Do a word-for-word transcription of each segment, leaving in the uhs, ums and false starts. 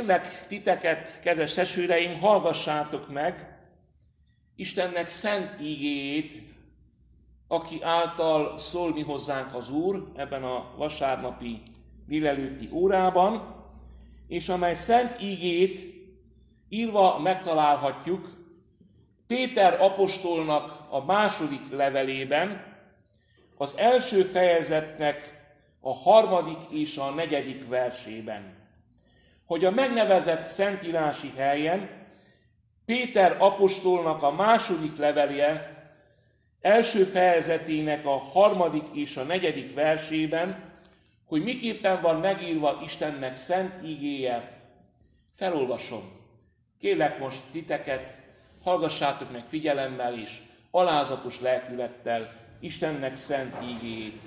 kérlek titeket, kedves testvéreim, hallgassátok meg Istennek szent ígéjét, aki által szól mi hozzánk az Úr ebben a vasárnapi délelőtti órában, és amely szent ígét írva megtalálhatjuk Péter apostolnak a második levelében, az első fejezetnek a harmadik és a negyedik versében. Hogy a megnevezett szentírási helyen Péter apostolnak a második levelje első fejezetének a harmadik és a negyedik versében, hogy miképpen van megírva Istennek szent ígéje, felolvasom. Kérlek most titeket, hallgassátok meg figyelemmel és alázatos lelkülettel Istennek szent ígéjét.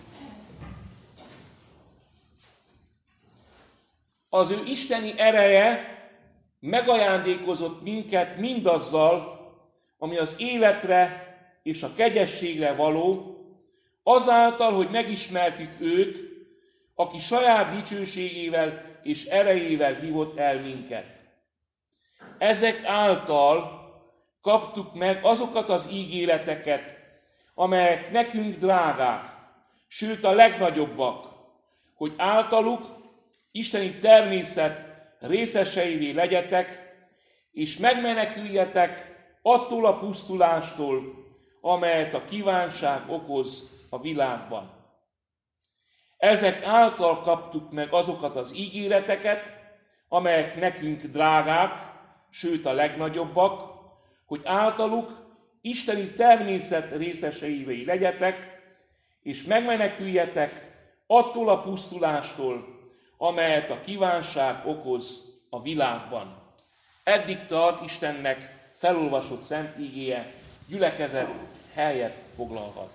Az ő isteni ereje megajándékozott minket mindazzal, ami az életre és a kegyességre való, azáltal, hogy megismertük őt, aki saját dicsőségével és erejével hívott el minket. Ezek által kaptuk meg azokat az ígéreteket, amelyek nekünk drágák, sőt a legnagyobbak, hogy általuk isteni természet részeseivé legyetek, és megmeneküljetek attól a pusztulástól, amelyet a kívánság okoz a világban. Ezek által kaptuk meg azokat az ígéreteket, amelyek nekünk drágák, sőt a legnagyobbak, hogy általuk isteni természet részeseivé legyetek, és megmeneküljetek attól a pusztulástól, amelyet a kívánság okoz a világban. Eddig tart Istennek felolvasott szent ígéje, gyülekezet helyet foglalhat.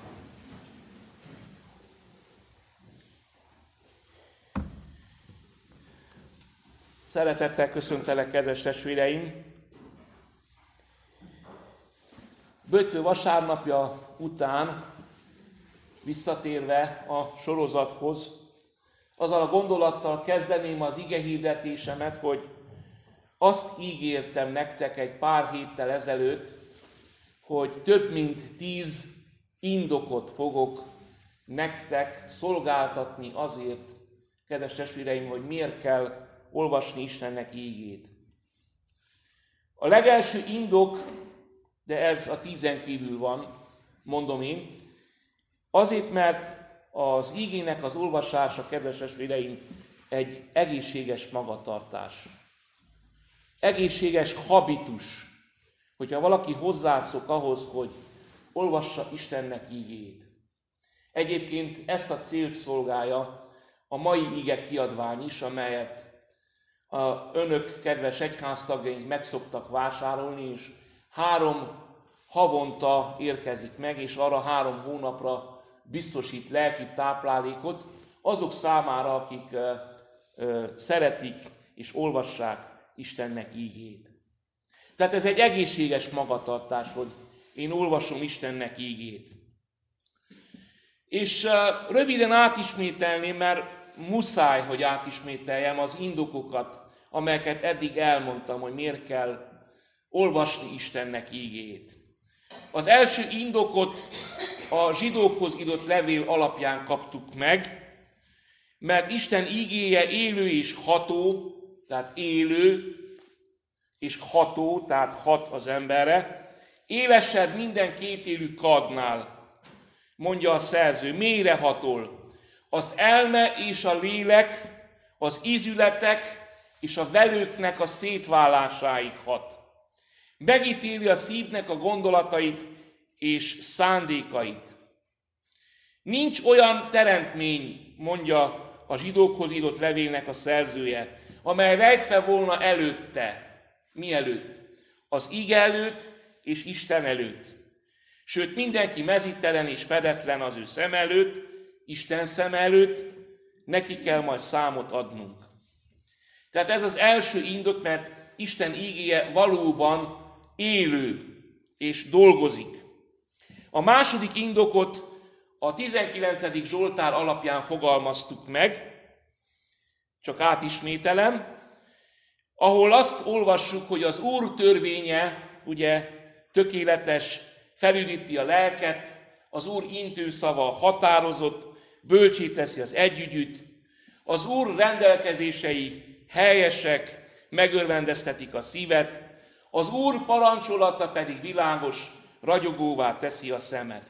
Szeretettel köszöntelek, kedves testvéreim! Böjtfő vasárnapja után visszatérve a sorozathoz, azzal a gondolattal kezdeném az igehirdetésemet, hogy azt ígértem nektek egy pár héttel ezelőtt, hogy több mint tíz indokot fogok nektek szolgáltatni azért, kedves testvéreim, hogy miért kell olvasni Istennek ígét. A legelső indok, de ez a tízen kívül van, mondom én, azért, mert az ígének az olvasása, kedves testvéreim, egy egészséges magatartás. Egészséges habitus, hogyha valaki hozzászok ahhoz, hogy olvassa Istennek ígéjét. Egyébként ezt a célt szolgálja a mai íge kiadvány is, amelyet a önök, kedves egyháztagjaink meg szoktak vásárolni, és három havonta érkezik meg, és arra három hónapra biztosít lelki táplálékot azok számára, akik ö, ö, szeretik és olvassák Istennek ígét. Tehát ez egy egészséges magatartás, hogy én olvasom Istennek ígét. És ö, röviden átismételném, mert muszáj, hogy átismételjem az indokokat, amelyeket eddig elmondtam, hogy miért kell olvasni Istennek ígét. Az első indokot a zsidókhoz írott levél alapján kaptuk meg, mert Isten ígéje élő és ható, tehát élő és ható, tehát hat az emberre, élesebb minden kétélű kardnál, mondja a szerző, mélyre hatol. Az elme és a lélek, az ízületek és a velőknek a szétválásáig hat. Megítéli a szívnek a gondolatait és szándékait. Nincs olyan teremtmény, mondja a zsidókhoz írott levélnek a szerzője, amely rejtve volna előtte. Mi előtt? Az ige előtt és Isten előtt. Sőt, mindenki mezítelen és fedetlen az ő szem előtt, Isten szem előtt, neki kell majd számot adnunk. Tehát ez az első indok, mert Isten ígéje valóban élő és dolgozik. A második indokot a tizenkilencedik Zsoltár alapján fogalmaztuk meg, csak átismételem. ahol azt olvassuk, hogy az Úr törvénye, ugye, tökéletes, felüdíti a lelket, az Úr intőszava határozott, bölcsé teszi az együgyűt, az Úr rendelkezései helyesek, megörvendeztetik a szívet, az Úr parancsolata pedig világos, ragyogóvá teszi a szemet.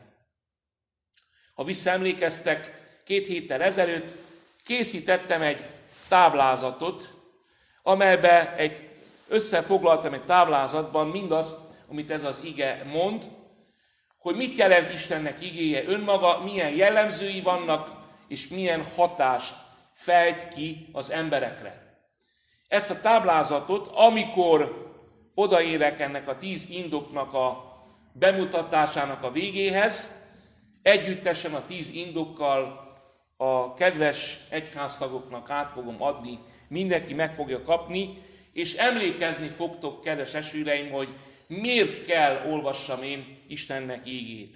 Ha visszaemlékeztek, két héttel ezelőtt készítettem egy táblázatot, amelybe egy, összefoglaltam egy táblázatban mindazt, amit ez az ige mond, hogy mit jelent Istennek igéje önmaga, milyen jellemzői vannak, és milyen hatást fejt ki az emberekre. Ezt a táblázatot, amikor odaérek ennek a tíz indoknak a bemutatásának a végéhez, együttesen a tíz indokkal a kedves egyháztagoknak át fogom adni, mindenki meg fogja kapni, és emlékezni fogtok, kedves testvéreim, hogy miért kell olvassam én Istennek ígét.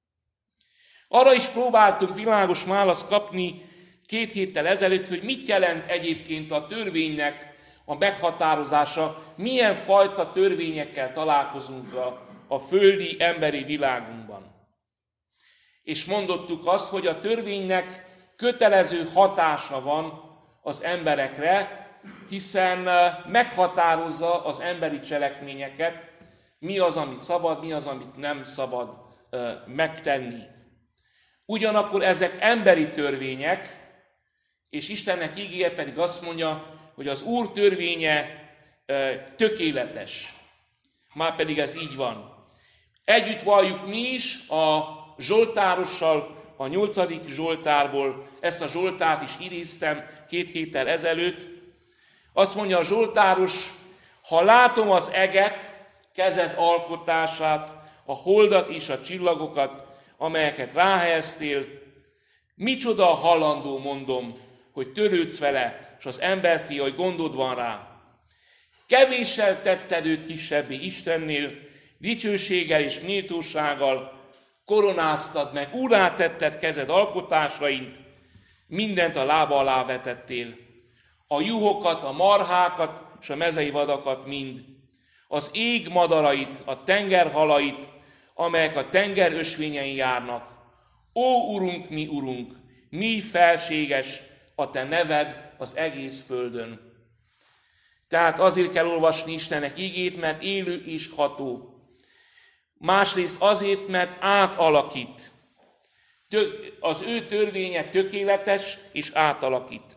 Arra is próbáltunk világos választ kapni két héttel ezelőtt, hogy mit jelent egyébként a törvénynek a meghatározása, milyen fajta törvényekkel találkozunk a, a földi, emberi világunkban. És mondottuk azt, hogy a törvénynek kötelező hatása van az emberekre, hiszen meghatározza az emberi cselekményeket, mi az, amit szabad, mi az, amit nem szabad megtenni. Ugyanakkor ezek emberi törvények, és Istennek ígéje pedig azt mondja, hogy az Úr törvénye tökéletes. Márpedig ez így van. Együtt valljuk mi is a Zsoltárossal, a nyolcadik Zsoltárból, ezt a Zsoltárt is idéztem két héttel ezelőtt. Azt mondja a Zsoltáros, ha látom az eget, kezed alkotását, a holdat és a csillagokat, amelyeket ráhelyeztél, micsoda hallandó, mondom, hogy törődsz vele, és az emberfia, hogy gondod van rá. Kevéssel tetted őt kisebbé Istennél, dicsőséggel és méltósággal koronáztad meg, úrrá tetted kezed alkotásaint, mindent a lába alá vetettél. A juhokat, a marhákat és a mezei vadakat mind, az ég madarait, a tenger halait, amelyek a tenger ösvényein járnak. Ó, Urunk, mi Urunk, mi felséges a te neved az egész földön. Tehát azért kell olvasni Istennek igét, mert élő és ható. Másrészt azért, mert átalakít. Az ő törvénye tökéletes és átalakít.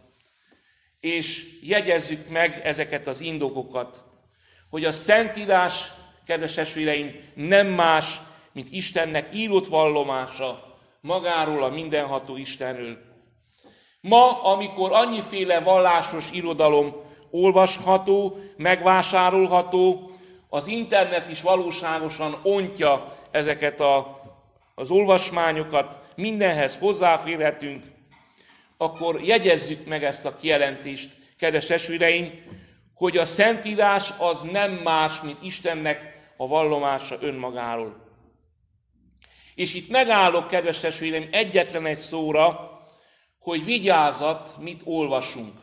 És jegyezzük meg ezeket az indokokat, hogy a Szentírás, kedves testvéreim, nem más, mint Istennek írott vallomása magáról, a mindenható Istenről. Ma, amikor annyiféle vallásos irodalom olvasható, megvásárolható, az internet is valóságosan ontja ezeket a, az olvasmányokat, mindenhez hozzáférhetünk, akkor jegyezzük meg ezt a kijelentést, kedves testvéreim, hogy a Szentírás az nem más, mint Istennek a vallomása önmagáról. És itt megállok, kedves testvéreim, egyetlen egy szóra, hogy vigyázzat, mit olvasunk.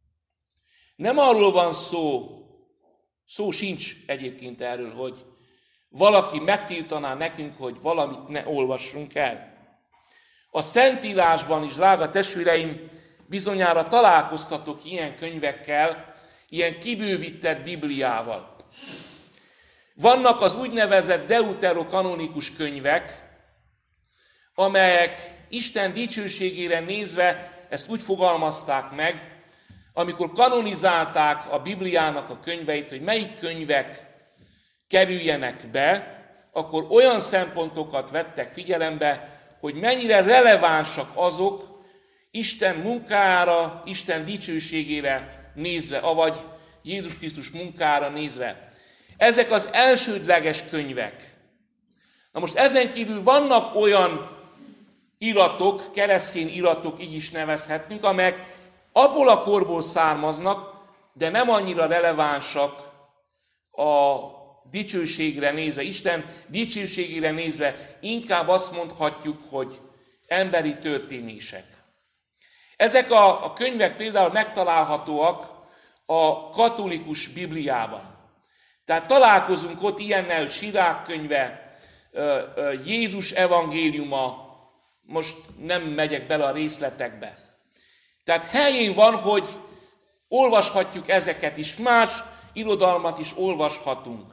Nem arról van szó, szó sincs egyébként erről, hogy valaki megtiltaná nekünk, hogy valamit ne olvassunk el. A Szentírásban is, drága testvéreim, bizonyára találkoztatok ilyen könyvekkel, ilyen kibővített Bibliával. Vannak az úgynevezett deuterokanonikus könyvek, amelyek Isten dicsőségére nézve ezt úgy fogalmazták meg, amikor kanonizálták a Bibliának a könyveit, hogy melyik könyvek kerüljenek be, akkor olyan szempontokat vettek figyelembe, hogy mennyire relevánsak azok Isten munkára, Isten dicsőségére nézve, avagy Jézus Krisztus munkára nézve. Ezek az elsődleges könyvek. Na most ezen kívül vannak olyan iratok, keresztény iratok, így is nevezhetünk, amelyek abból a korból származnak, de nem annyira relevánsak a dicsőségre nézve, Isten dicsőségére nézve, inkább azt mondhatjuk, hogy emberi történések. Ezek a, a könyvek például megtalálhatóak a katolikus Bibliában. Tehát találkozunk ott ilyennel, hogy Sirák könyve, Jézus evangéliuma, most nem megyek bele a részletekbe. Tehát helyén van, hogy olvashatjuk ezeket is, más irodalmat is olvashatunk.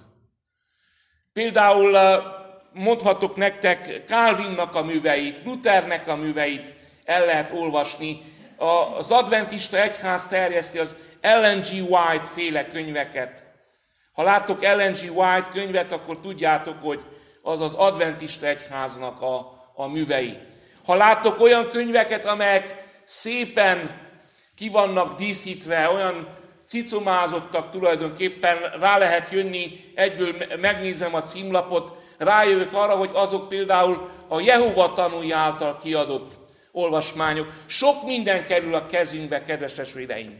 Például mondhatok nektek Calvinnak a műveit, Luthernek a műveit el lehet olvasni. Az adventista egyház terjeszti az Ellen G. White féle könyveket. Ha láttok Ellen G. White könyvet, akkor tudjátok, hogy az az adventista egyháznak a, a művei. Ha láttok olyan könyveket, amelyek szépen ki vannak díszítve, olyan cicomázottak tulajdonképpen, rá lehet jönni, egyből megnézem a címlapot, rájövök arra, hogy azok például a Jehova tanúi által kiadott olvasmányok. Sok minden kerül a kezünkbe, kedves testvéreim.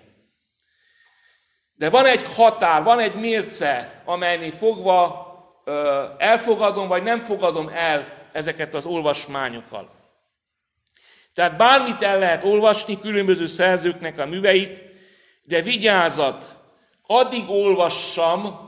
De van egy határ, van egy mérce, amelynél fogva ö, elfogadom, vagy nem fogadom el ezeket az olvasmányokat. Tehát bármit el lehet olvasni, különböző szerzőknek a műveit, de vigyázat, addig olvassam,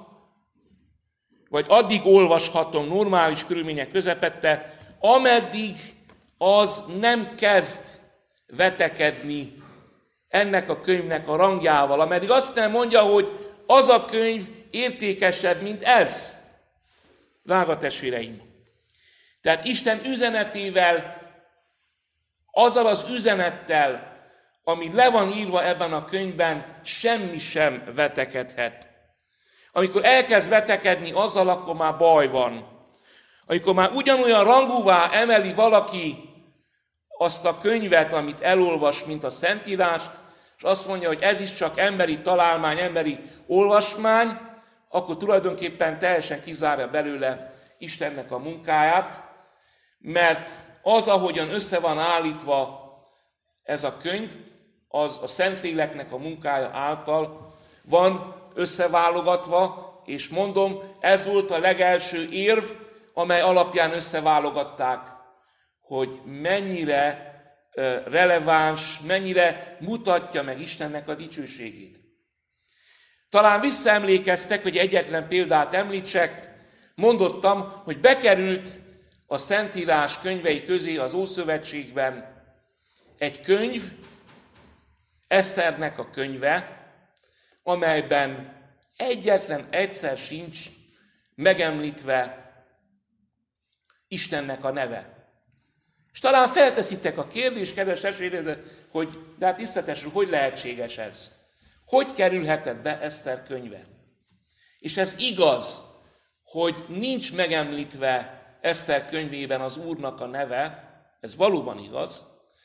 vagy addig olvashatom normális körülmények közepette, ameddig az nem kezd vetekedni ennek a könyvnek a rangjával, ameddig azt nem mondja, hogy az a könyv értékesebb, mint ez. Drága testvéreim! Tehát Isten üzenetével, azzal az üzenettel, ami le van írva ebben a könyvben, semmi sem vetekedhet. Amikor elkezd vetekedni azzal, akkor már baj van. Amikor már ugyanolyan rangúvá emeli valaki azt a könyvet, amit elolvas, mint a Szentírást, és azt mondja, hogy ez is csak emberi találmány, emberi olvasmány, akkor tulajdonképpen teljesen kizárja belőle Istennek a munkáját, mert az, ahogyan össze van állítva ez a könyv, az a Szentléleknek a munkája által van összeválogatva, és mondom, ez volt a legelső érv, amely alapján összeválogatták, hogy mennyire releváns, mennyire mutatja meg Istennek a dicsőségét. Talán visszaemlékeztek, hogy egyetlen példát említsek, mondottam, hogy bekerült a Szentírás könyvei közé az Ószövetségben egy könyv, Eszternek a könyve, amelyben egyetlen egyszer sincs megemlítve Istennek a neve. És talán felteszitek a kérdést, kedves testvérek, hogy de hát tiszteletesül, hogy lehetséges ez? Hogy kerülhetett be Eszter könyve? És ez igaz, hogy nincs megemlítve Eszter könyvében az Úrnak a neve, ez valóban igaz,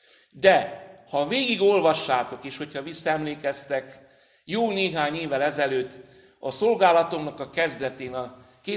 de ha végig olvassátok, és hogyha visszaemlékeztek, jó néhány évvel ezelőtt a szolgálatomnak a kezdetén, a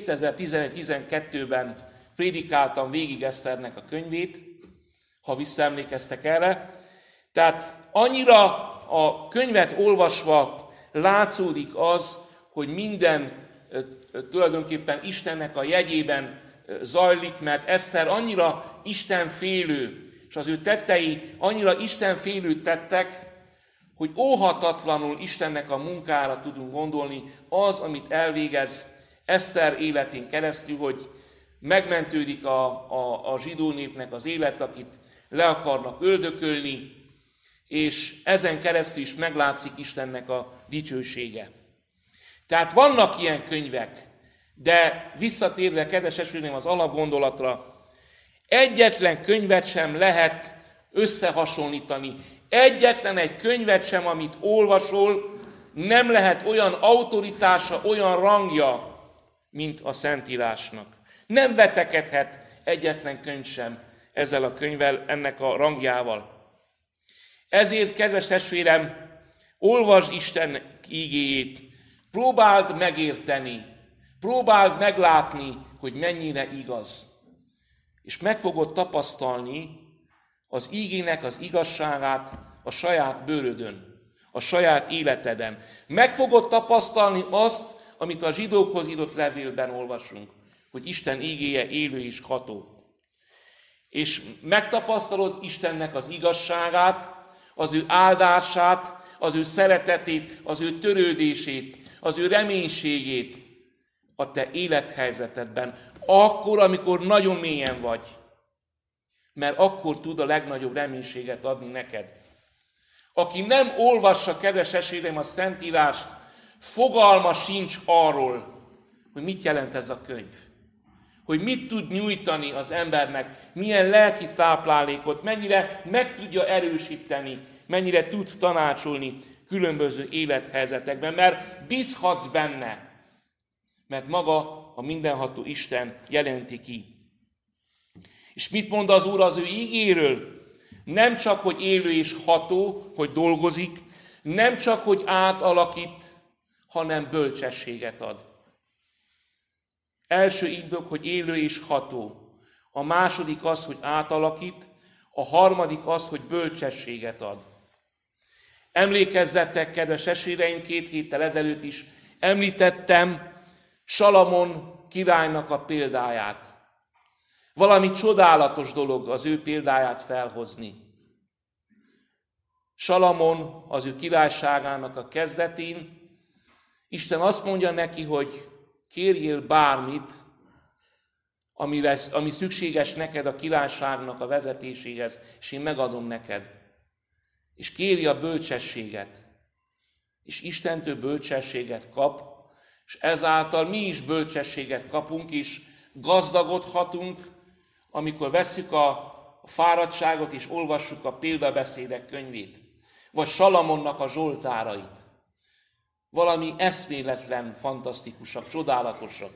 kétezer-tizenegy-tizenkettőben prédikáltam végig Eszternek a könyvét, ha visszaemlékeztek erre. Tehát annyira a könyvet olvasva látszódik az, hogy minden tulajdonképpen Istennek a jegyében zajlik, mert Eszter annyira istenfélő, és az ő tettei annyira istenfélő tettek, hogy óhatatlanul Istennek a munkára tudunk gondolni, az, amit elvégez Eszter életén keresztül, hogy megmentődik a, a, a zsidó népnek az élet, akit le akarnak öldökölni, és ezen keresztül is meglátszik Istennek a dicsősége. Tehát vannak ilyen könyvek, de visszatérve, kedves testvéreim, az alapgondolatra, egyetlen könyvet sem lehet összehasonlítani. Egyetlen egy könyvet sem, amit olvasol, nem lehet olyan autoritása, olyan rangja, mint a Szentírásnak. Nem vetekedhet egyetlen könyv sem ezzel a könyvvel, ennek a rangjával. Ezért, kedves testvérem, olvasd Isten ígéjét, próbáld megérteni, próbáld meglátni, hogy mennyire igaz. És meg fogod tapasztalni az ígének az igazságát a saját bőrödön, a saját életeden. Meg fogod tapasztalni azt, amit a zsidókhoz írott levélben olvasunk, hogy Isten ígéje élő és ható. És megtapasztalod Istennek az igazságát, az ő áldását, az ő szeretetét, az ő törődését, az ő reménységét a te élethelyzetedben. Akkor, amikor nagyon mélyen vagy. Mert akkor tud a legnagyobb reménységet adni neked. Aki nem olvassa, kedves testvérem, a Szentírást, fogalma sincs arról, hogy mit jelent ez a könyv. Hogy mit tud nyújtani az embernek, milyen lelki táplálékot, mennyire meg tudja erősíteni, mennyire tud tanácsolni különböző élethelyzetekben, mert bízhatsz benne, mert maga a mindenható Isten jelenti ki. És mit mond az Úr az ő ígéről? Nem csak, hogy élő és ható, hogy dolgozik, nem csak, hogy átalakít, hanem bölcsességet ad. Első indok, hogy élő és ható. A második az, hogy átalakít, a harmadik az, hogy bölcsességet ad. Emlékezzettek, kedves testvéreim, két héttel ezelőtt is említettem Salamon királynak a példáját. Valami csodálatos dolog az ő példáját felhozni. Salamon az ő királyságának a kezdetén Isten azt mondja neki, hogy kérjél bármit, amire, ami szükséges neked a királyságnak a vezetéséhez, és én megadom neked. És kéri a bölcsességet. És Istentől bölcsességet kap, és ezáltal mi is bölcsességet kapunk, és gazdagodhatunk, amikor vesszük a, a fáradtságot, és olvassuk a példabeszédek könyvét, vagy Salamonnak a zsoltárait. Valami eszméletlen, fantasztikusak, csodálatosak.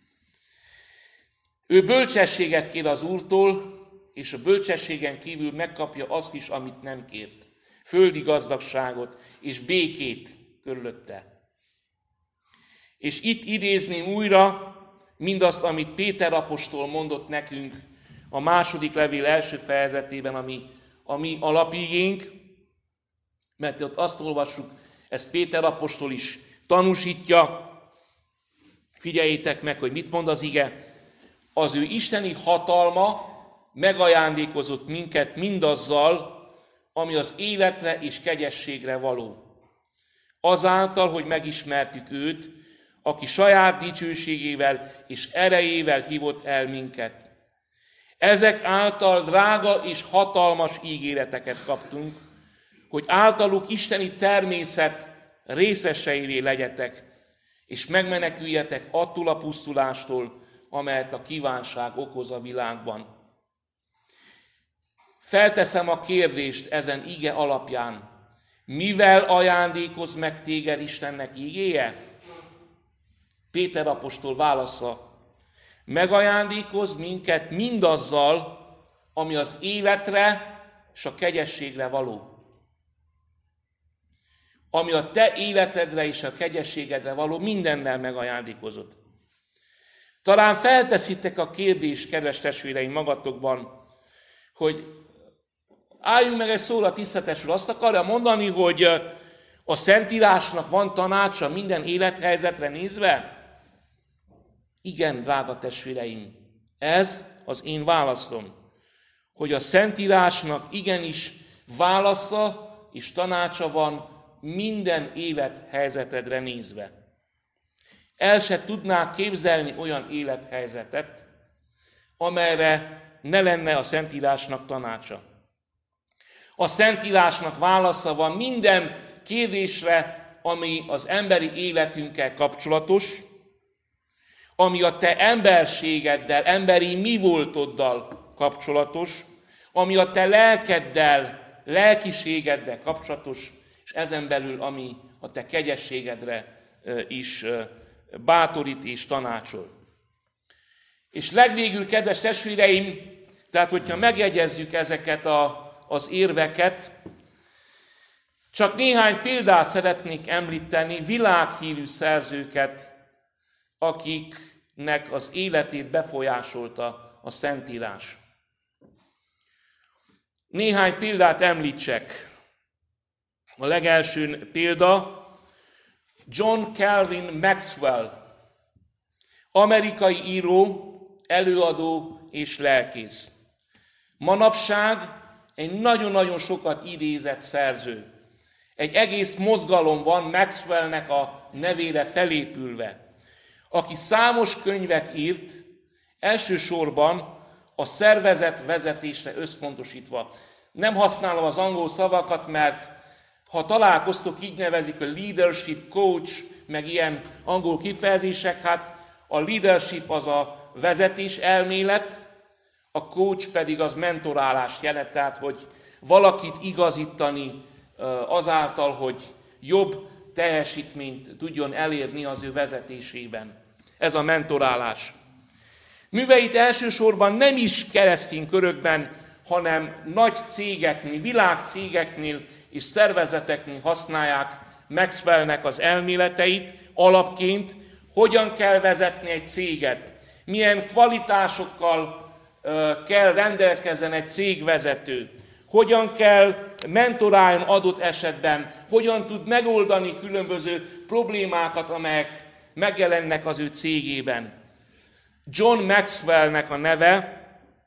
Ő bölcsességet kér az Úrtól, és a bölcsességen kívül megkapja azt is, amit nem kért. Földi gazdagságot és békét körülötte. És itt idézném újra mindazt, amit Péter apostol mondott nekünk a második levél első fejezetében, ami a mi alapigénk, mert ott azt olvassuk, ezt Péter apostol is tanúsítja. Figyeljétek meg, hogy mit mond az ige. Az ő isteni hatalma megajándékozott minket mindazzal, ami az életre és kegyességre való. Azáltal, hogy megismertük őt, aki saját dicsőségével és erejével hívott el minket. Ezek által drága és hatalmas ígéreteket kaptunk, hogy általuk isteni természet részeseivé legyetek, és megmeneküljetek attól a pusztulástól, amelyet a kívánság okoz a világban. Felteszem a kérdést ezen ige alapján. Mivel ajándékoz meg téged Istennek ígéje? Péter apostol válasza. Megajándékoz minket mindazzal, ami az életre és a kegyességre való. Ami a te életedre és a kegyességedre való, mindennel megajándékozott. Talán felteszitek a kérdést, kedves testvéreim, magatokban, hogy álljunk meg egy szóra, tiszteletes úr, azt akarja mondani, hogy a Szentírásnak van tanácsa minden élethelyzetre nézve? Igen, drága testvéreim, ez az én válaszom, hogy a Szentírásnak igenis válasza és tanácsa van minden élethelyzetedre nézve. El se tudnák képzelni olyan élethelyzetet, amelyre ne lenne a Szentírásnak tanácsa. A Szentírásnak válasza van minden kérdésre, ami az emberi életünkkel kapcsolatos, ami a te emberségeddel, emberi mi voltoddal kapcsolatos, ami a te lelkeddel, lelkiségeddel kapcsolatos, és ezen belül, ami a te kegyességedre is bátorít és tanácsol. És legvégül, kedves testvéreim, tehát hogyha megjegyezzük ezeket a, az érveket, csak néhány példát szeretnék említeni, világhírű szerzőket, akiknek az életét befolyásolta a Szentírás. Néhány példát említsek. A legelső példa John Calvin Maxwell, amerikai író, előadó és lelkész. Manapság egy nagyon-nagyon sokat idézett szerző. Egy egész mozgalom van Maxwellnek a nevére felépülve, aki számos könyvet írt, elsősorban a szervezetvezetésre összpontosítva. Nem használom az angol szavakat, mert ha találkoztok, így nevezik a leadership coach, meg ilyen angol kifejezések, hát a leadership az a vezetés elmélet, a coach pedig az mentorálást jelent, tehát hogy valakit igazítani azáltal, hogy jobb teljesítményt tudjon elérni az ő vezetésében. Ez a mentorálás. Műveit elsősorban nem is keresztény körökben, hanem nagy cégeknél, világcégeknél és szervezeteknél használják Maxwellnek az elméleteit alapként, hogyan kell vezetni egy céget, milyen kvalitásokkal kell rendelkezzen egy cégvezető, hogyan kell mentoráljon adott esetben, hogyan tud megoldani különböző problémákat, amelyek megjelennek az ő cégében. John Maxwellnek a neve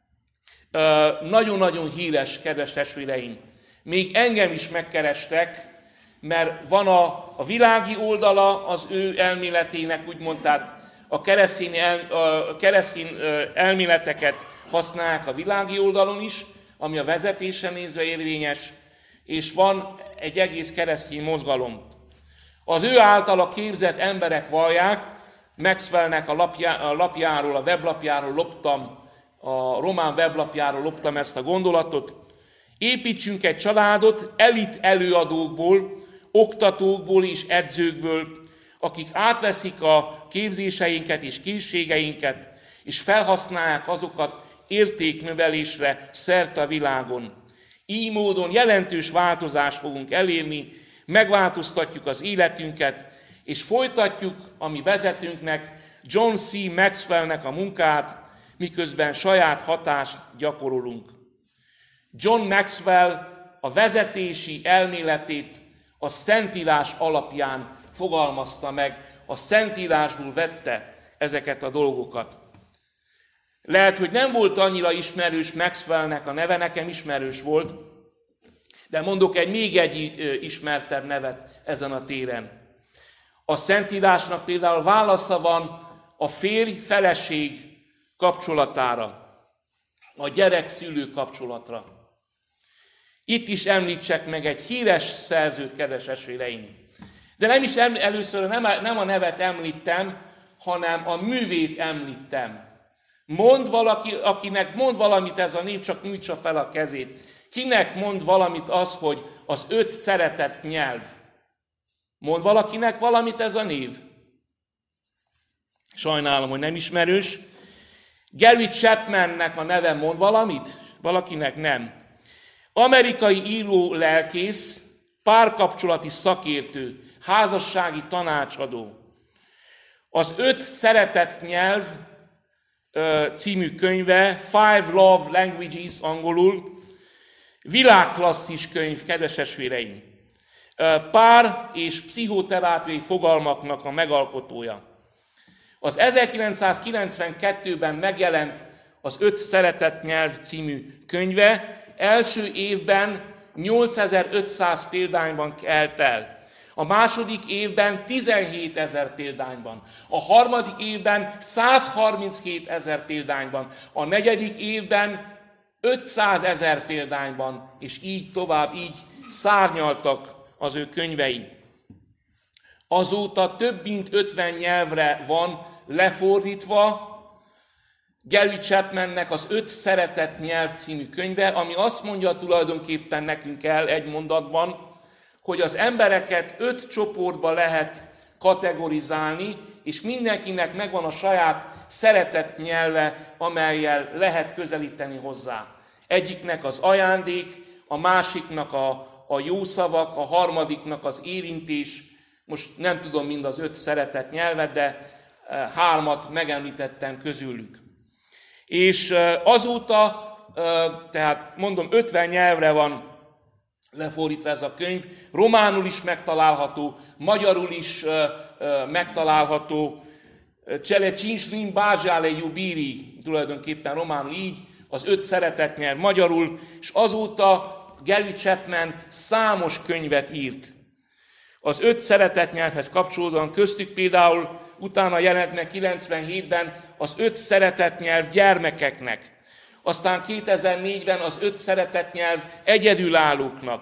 nagyon-nagyon híres, kedves testvéreim. Még engem is megkerestek, mert van a, a világi oldala az ő elméletének, úgymond, tehát a keresztény, el, a keresztény elméleteket használják a világi oldalon is, ami a vezetésen nézve érvényes, és van egy egész keresztény mozgalom. Az ő általa képzett emberek vallják, Maxwellnek a, lapjá, a lapjáról, a weblapjáról loptam, a román weblapjáról loptam ezt a gondolatot. Építsünk egy családot elit előadókból, oktatókból és edzőkből, akik átveszik a képzéseinket és készségeinket, és felhasználják azokat értéknövelésre szerte a világon. Így módon jelentős változást fogunk elérni, megváltoztatjuk az életünket, és folytatjuk a mi vezetőnknek, John C. Maxwellnek a munkát, miközben saját hatást gyakorolunk. John Maxwell a vezetési elméletét a Szentírás alapján fogalmazta meg, a Szentírásból vette ezeket a dolgokat. Lehet, hogy nem volt annyira ismerős Maxwellnek a neve, nekem ismerős volt, de mondok egy még egy ismertebb nevet ezen a téren. A Szentírásnak például válasza van a férj-feleség kapcsolatára, a gyerek-szülő kapcsolatra. Itt is említsek meg egy híres szerzőt, kedves testvéreim. De nem is először nem a, nem a nevet említem, hanem a művét említem. Mond valaki, akinek mond valamit ez a név, csak nyújtsa fel a kezét. Kinek mond valamit az, hogy az öt szeretett nyelv? Mond valakinek valamit ez a név? Sajnálom, hogy nem ismerős. Gary Chapmannek a neve mond valamit? Valakinek nem. Amerikai író, lelkész, párkapcsolati szakértő, házassági tanácsadó. Az öt szeretett nyelv című könyve, Five Love Languages angolul, világklasszis könyv, kedves testvéreim. Pár és pszichoterápiai fogalmaknak a megalkotója. Az ezerkilencszázkilencvenkettőben megjelent az Öt szeretett nyelv című könyve, első évben nyolcezer-ötszáz példányban kelt el. A második évben tizenhétezer példányban. A harmadik évben százharminchét-ezer példányban. A negyedik évben ötszázezer példányban, és így tovább, így szárnyaltak az ő könyvei. Azóta több mint ötven nyelvre van lefordítva Gary Chapmannek az Öt szeretett nyelv című könyve, ami azt mondja tulajdonképpen nekünk el egy mondatban, hogy az embereket öt csoportba lehet kategorizálni, és mindenkinek megvan a saját szeretett nyelve, amellyel lehet közelíteni hozzá. Egyiknek az ajándék, a másiknak a, a jó szavak, a harmadiknak az érintés. Most nem tudom mind az öt szeretett nyelvet, de hármat megemlítettem közülük. És azóta, tehát mondom, ötven nyelvre van lefordítva ez a könyv, románul is megtalálható, magyarul is megtalálható, Cele cinci limbi bájale iubiri, tulajdonképpen románul így, az öt szeretetnyelv magyarul, és azóta Gary Chapman számos könyvet írt az öt szeretetnyelvhez kapcsolódóan, köztük például utána jelent meg kilencvenhétben az öt szeretetnyelv gyermekeknek, aztán kétezer-négyben az öt szeretetnyelv egyedülállóknak.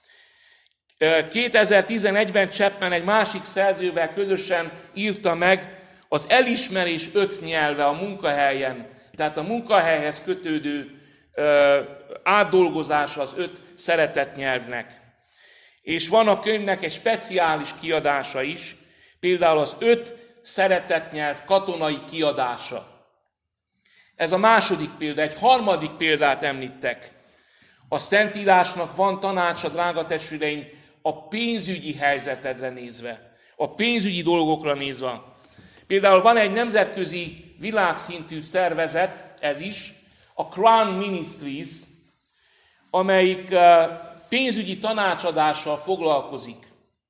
kétezer-tizenegyben Chapman egy másik szerzővel közösen írta meg az elismerés öt nyelve a munkahelyen, tehát a munkahelyhez kötődő ö, átdolgozása az öt szeretetnyelvnek. És van a könyvnek egy speciális kiadása is, például az öt szeretetnyelv katonai kiadása. Ez a második példa. Egy harmadik példát említek. A Szentírásnak van tanácsa, drága testvéreim, a pénzügyi helyzetedre nézve, a pénzügyi dolgokra nézve. Például van egy nemzetközi világszintű szervezet, ez is, a Crown Ministries, amelyik pénzügyi tanácsadással foglalkozik.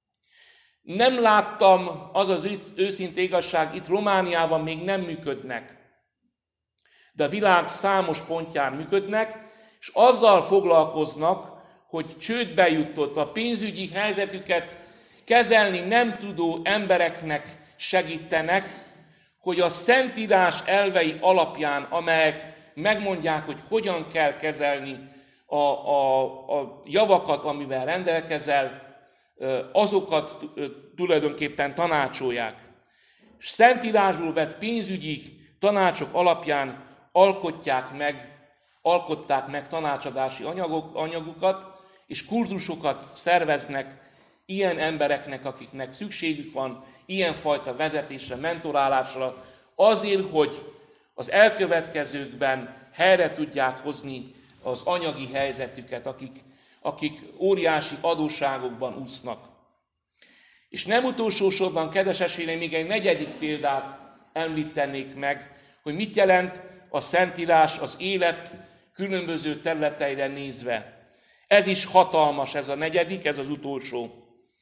Nem láttam, az az őszinte igazság, itt Romániában még nem működnek, de a világ számos pontján működnek, és azzal foglalkoznak, hogy csődbe jutott a pénzügyi helyzetüket kezelni nem tudó embereknek segítenek, hogy a Szentírás elvei alapján, amelyek megmondják, hogy hogyan kell kezelni a, a, a javakat, amivel rendelkezel, azokat tulajdonképpen tanácsolják. És Szentírásból vett pénzügyi tanácsok alapján alkotják meg, alkották meg tanácsadási anyagok, anyagukat, és kurzusokat szerveznek ilyen embereknek, akiknek szükségük van ilyenfajta vezetésre, mentorálásra, azért, hogy az elkövetkezőkben helyre tudják hozni az anyagi helyzetüket, akik, akik óriási adósságokban úsznak. És nem utolsó sorban, kedves testvérem, még egy negyedik példát említenék meg, hogy mit jelent a Szentírás az élet különböző területeire nézve. Ez is hatalmas, ez a negyedik, ez az utolsó.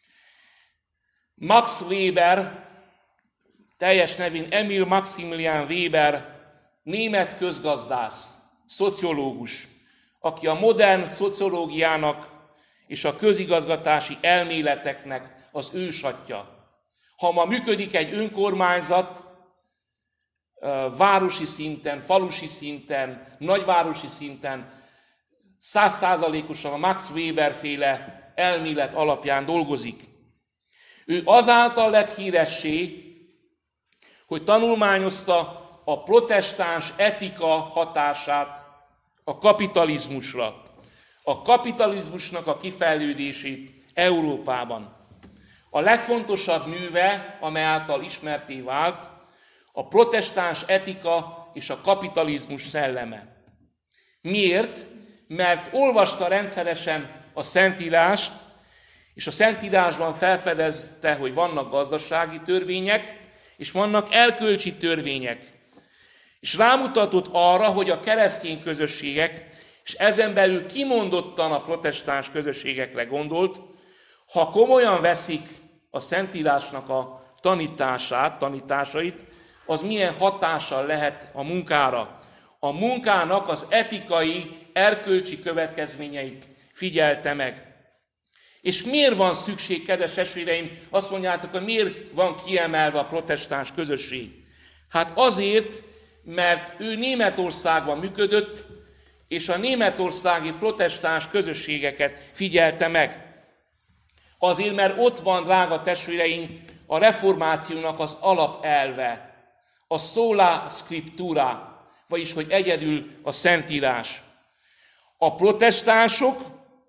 Max Weber, teljes nevén Emil Maximilian Weber, német közgazdász, szociológus, aki a modern szociológiának és a közigazgatási elméleteknek az ősatja. Ha ma működik egy önkormányzat, városi szinten, falusi szinten, nagyvárosi szinten, százszázalékosan a Max Weber féle elmélet alapján dolgozik. Ő azáltal lett híressé, hogy tanulmányozta a protestáns etika hatását a kapitalizmusra, a kapitalizmusnak a kifejlődését Európában. A legfontosabb műve, amely által ismertté vált, a protestáns etika és a kapitalizmus szelleme. Miért? Mert olvasta rendszeresen a Szentírást, és a Szentírásban felfedezte, hogy vannak gazdasági törvények, és vannak erkölcsi törvények. És rámutatott arra, hogy a keresztény közösségek, és ezen belül kimondottan a protestáns közösségekre gondolt, ha komolyan veszik a Szentírásnak a tanítását, tanításait, az milyen hatással lehet a munkára. A munkának az etikai, erkölcsi következményeit figyelte meg. És miért van szükség, kedves testvéreim, azt mondjátok, hogy miért van kiemelve a protestáns közösség? Hát azért, mert ő Németországban működött, és a németországi protestáns közösségeket figyelte meg. Azért, mert ott van, drága testvéreim, a reformációnak az alapelve, a sola scriptura, vagyis, hogy egyedül a Szentírás. A protestánsok,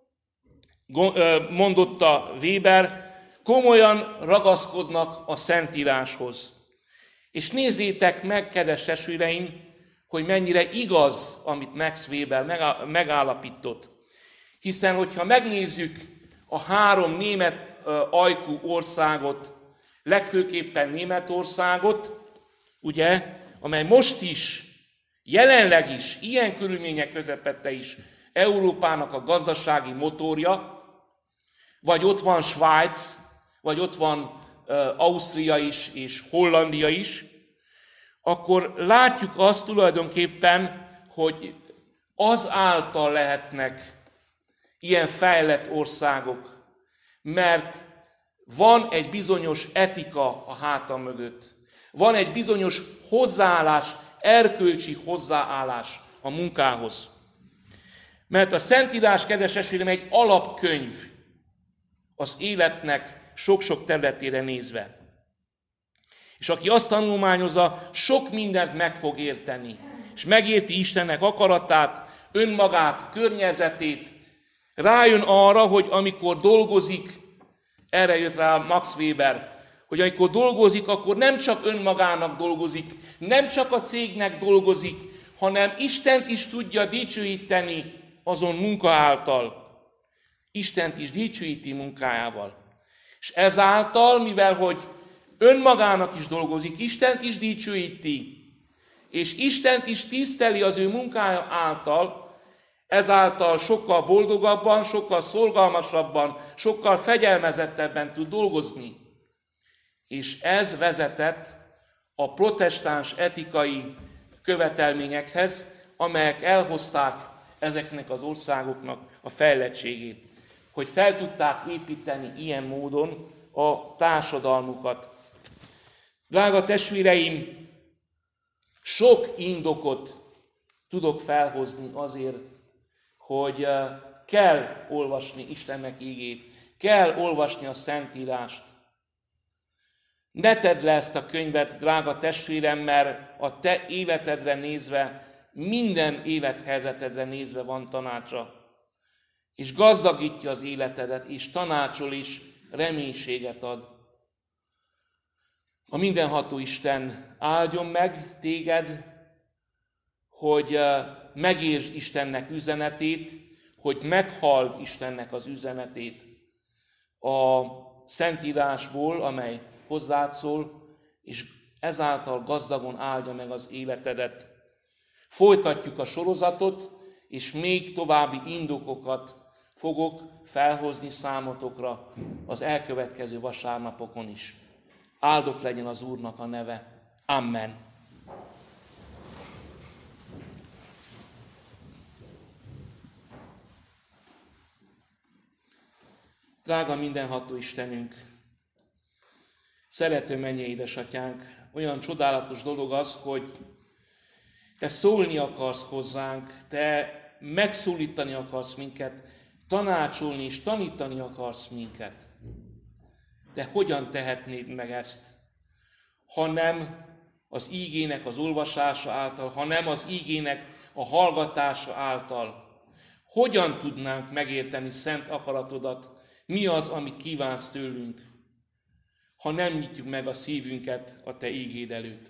mondotta Weber, komolyan ragaszkodnak a Szentíráshoz. És nézzétek meg, kedves testvéreim, hogy mennyire igaz, amit Max Weber megállapított. Hiszen, hogyha megnézzük a három német ajkú országot, legfőképpen Németországot, ugye, amely most is, jelenleg is, ilyen körülmények közepette is Európának a gazdasági motorja, vagy ott van Svájc, vagy ott van uh, Ausztria is, és Hollandia is, akkor látjuk azt tulajdonképpen, hogy az által lehetnek ilyen fejlett országok, mert van egy bizonyos etika a háta mögött. Van egy bizonyos hozzáállás, erkölcsi hozzáállás a munkához. Mert a Szentírás, kedves testvérem, egy alapkönyv az életnek sok-sok területére nézve. És aki azt tanulmányozza, sok mindent meg fog érteni. És megérti Istennek akaratát, önmagát, környezetét. Rájön arra, hogy amikor dolgozik, erre jött rá Max Weber, hogy amikor dolgozik, akkor nem csak önmagának dolgozik, nem csak a cégnek dolgozik, hanem Istent is tudja dicsőíteni azon munka által. Istent is dicsőíti munkájával. És ezáltal, mivel hogy önmagának is dolgozik, Istent is dicsőíti, és Istent is tiszteli az ő munkája által, ezáltal sokkal boldogabban, sokkal szorgalmasabban, sokkal fegyelmezettebben tud dolgozni. És ez vezetett a protestáns etikai követelményekhez, amelyek elhozták ezeknek az országoknak a fejlettségét, hogy fel tudták építeni ilyen módon a társadalmukat. Drága testvéreim, sok indokot tudok felhozni azért, hogy kell olvasni Istennek ígét, kell olvasni a Szentírást. Ne tedd le ezt a könyvet, drága testvérem, mert a te életedre nézve, minden élethelyzetedre nézve van tanácsa. És gazdagítja az életedet, és tanácsol is, reménységet ad. A mindenható Isten áldjon meg téged, hogy megértsd Istennek üzenetét, hogy meghalld Istennek az üzenetét a Szentírásból, amely hozzád szól, és ezáltal gazdagon áldja meg az életedet. Folytatjuk a sorozatot, és még további indokokat fogok felhozni számotokra az elkövetkező vasárnapokon is. Áldott legyen az Úrnak a neve. Amen. Drága mindenható Istenünk, szerető mennyei édesatyánk, olyan csodálatos dolog az, hogy te szólni akarsz hozzánk, te megszólítani akarsz minket, tanácsolni és tanítani akarsz minket. De hogyan tehetnéd meg ezt, ha nem az ígének az olvasása által, ha nem az ígének a hallgatása által? Hogyan tudnánk megérteni szent akaratodat, mi az, amit kívánsz tőlünk, ha nem nyitjuk meg a szívünket a te ígéd előtt?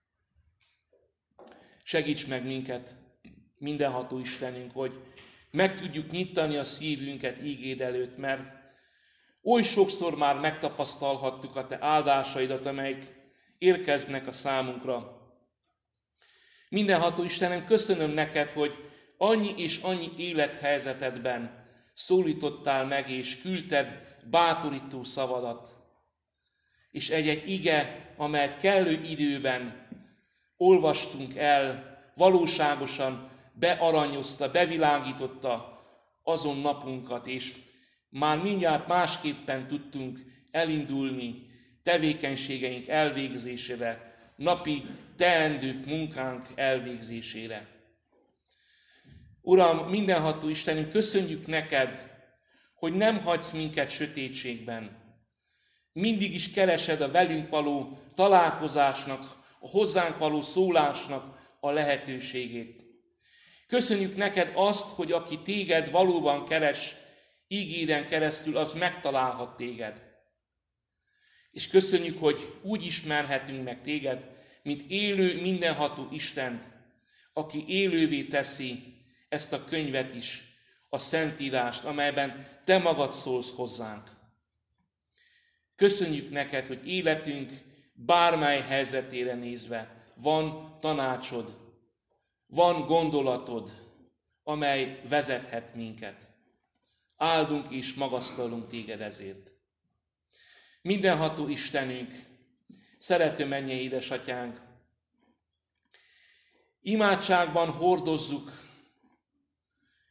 Segíts meg minket, mindenható Istenünk, hogy meg tudjuk nyitani a szívünket ígéd előtt, mert oly sokszor már megtapasztalhattuk a te áldásaidat, amelyek érkeznek a számunkra. Mindenható Istenem, köszönöm neked, hogy annyi és annyi élethelyzetedben szólítottál meg, és küldted bátorító szavadat. És egy-egy ige, amelyet kellő időben olvastunk el, valóságosan bearanyozta, bevilágította azon napunkat, és már mindjárt másképpen tudtunk elindulni tevékenységeink elvégzésére, napi teendők, munkánk elvégzésére. Uram, mindenható Istenünk, köszönjük neked, hogy nem hagysz minket sötétségben. Mindig is keresed a velünk való találkozásnak, a hozzánk való szólásnak a lehetőségét. Köszönjük neked azt, hogy aki téged valóban keres, ígéden keresztül, az megtalálhat téged. És köszönjük, hogy úgy ismerhetünk meg téged, mint élő, mindenható Istent, aki élővé teszi ezt a könyvet is, a Szentírást, amelyben te magad szólsz hozzánk. Köszönjük neked, hogy életünk bármely helyzetére nézve van tanácsod, van gondolatod, amely vezethet minket. Áldunk és magasztalunk téged ezért. Mindenható Istenünk, szerető mennyei édesatyánk, imádságban hordozzuk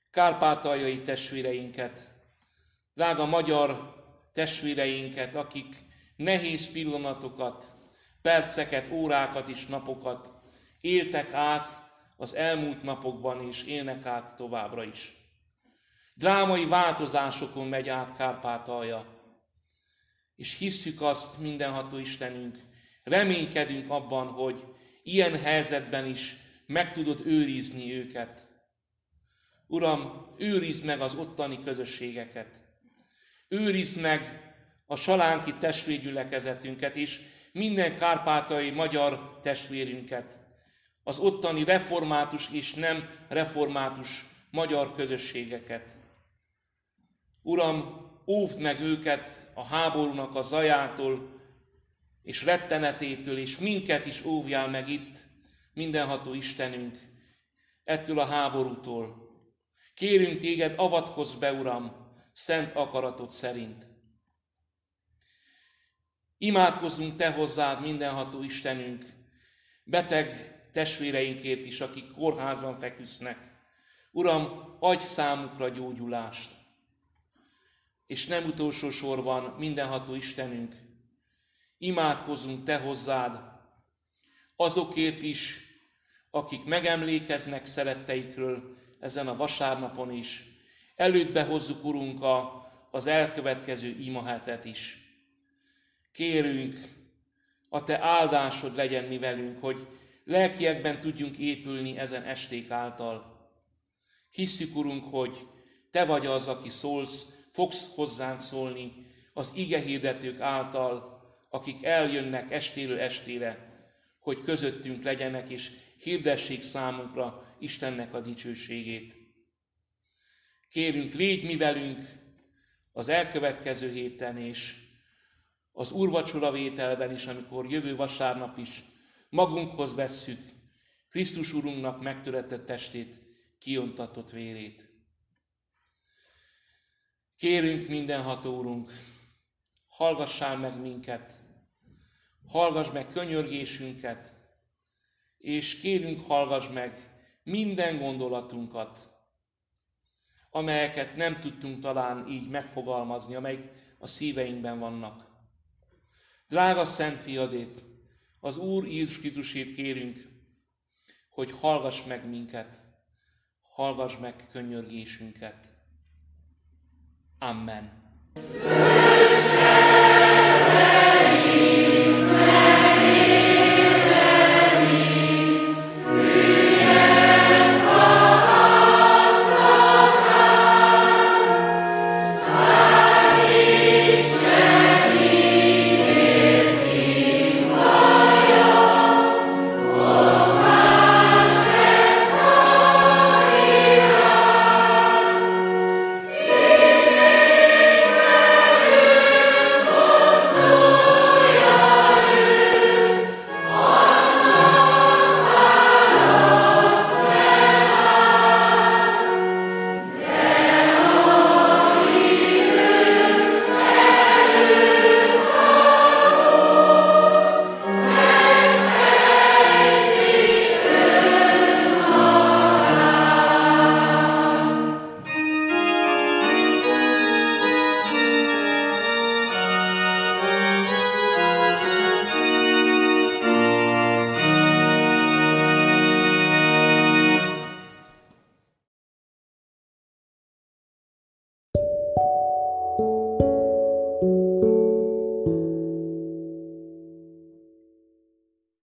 kárpátaljai testvéreinket, drága magyar testvéreinket, akik nehéz pillanatokat, perceket, órákat és napokat éltek át az elmúlt napokban, és élnek át továbbra is. Drámai változásokon megy át Kárpátalja, és hisszük azt, mindenható Istenünk, reménykedünk abban, hogy ilyen helyzetben is meg tudod őrizni őket. Uram, őrizd meg az ottani közösségeket, őrizd meg a salánki testvérgyülekezetünket és minden kárpátaljai magyar testvérünket, az ottani református és nem református magyar közösségeket. Uram, óvd meg őket a háborúnak a zajától és rettenetétől, és minket is óvjál meg itt, mindenható Istenünk, ettől a háborútól. Kérünk téged, avatkozz be, Uram, szent akaratod szerint. Imádkozzunk te hozzád, mindenható Istenünk, beteg testvéreinkért is, akik kórházban feküsznek. Uram, adj számukra gyógyulást. És nem utolsó sorban, mindenható Istenünk, imádkozzunk te hozzád azokért is, akik megemlékeznek szeretteikről ezen a vasárnapon is. Elődbe hozzuk, Urunk, a, az elkövetkező imahetet is. Kérünk, a te áldásod legyen mi velünk, hogy lelkiekben tudjunk épülni ezen esték által. Hisszük, Urunk, hogy te vagy az, aki szólsz, fogsz hozzánk szólni az igehirdetők által, akik eljönnek estéről estére, hogy közöttünk legyenek, és hirdessék számunkra Istennek a dicsőségét. Kérünk, légy mi velünk az elkövetkező héten, és az úrvacsora vételben is, amikor jövő vasárnap is magunkhoz vesszük Krisztus Urunknak megtöretett testét, kiontatott vérét. Kérünk, mindenható Urunk, hallgassál meg minket, hallgass meg könyörgésünket, és kérünk, hallgass meg minden gondolatunkat, amelyeket nem tudtunk talán így megfogalmazni, amelyek a szíveinkben vannak. Drága Szent Fiadét, az Úr Jézus Krisztusét kérünk, hogy hallgass meg minket, hallgass meg könyörgésünket. Amen.